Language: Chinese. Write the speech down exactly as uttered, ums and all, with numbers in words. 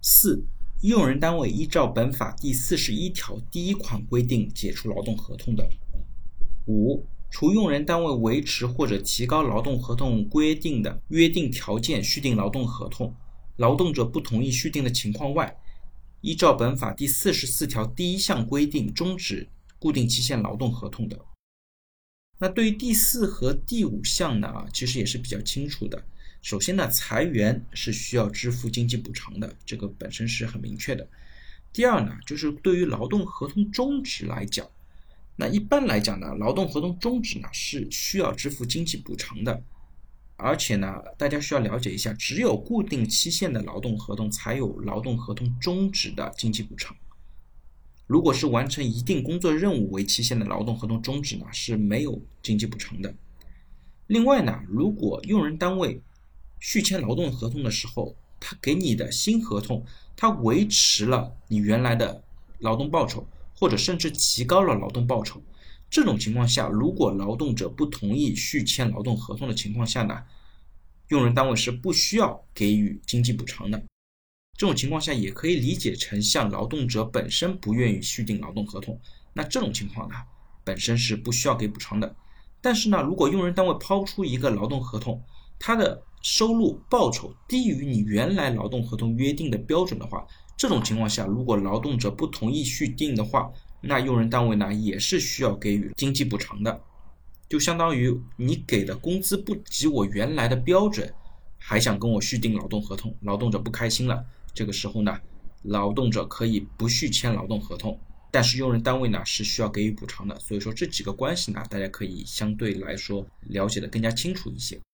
四、用人单位依照本法第四十一条第一款规定解除劳动合同的。五、除用人单位维持或者提高劳动合同规定的约定条件续订劳动合同，劳动者不同意续订的情况外，依照本法第四十四条第一项规定终止固定期限劳动合同的。那对于第四和第五项呢，其实也是比较清楚的。首先呢，裁员是需要支付经济补偿的，这个本身是很明确的。第二呢，就是对于劳动合同终止来讲，那一般来讲呢，劳动合同终止呢是需要支付经济补偿的。而且呢，大家需要了解一下，只有固定期限的劳动合同才有劳动合同终止的经济补偿。如果是完成一定工作任务为期限的劳动合同终止呢，是没有经济补偿的。另外呢，如果用人单位续签劳动合同的时候，他给你的新合同，他维持了你原来的劳动报酬，或者甚至提高了劳动报酬，这种情况下，如果劳动者不同意续签劳动合同的情况下呢，用人单位是不需要给予经济补偿的。这种情况下也可以理解成像劳动者本身不愿意续订劳动合同，那这种情况呢，本身是不需要给补偿的。但是呢，如果用人单位抛出一个劳动合同，他的收入报酬低于你原来劳动合同约定的标准的话，这种情况下，如果劳动者不同意续订的话，那用人单位呢也是需要给予经济补偿的。就相当于你给的工资不及我原来的标准，还想跟我续订劳动合同，劳动者不开心了，这个时候呢，劳动者可以不续签劳动合同，但是用人单位呢是需要给予补偿的。所以说这几个关系呢，大家可以相对来说了解的更加清楚一些。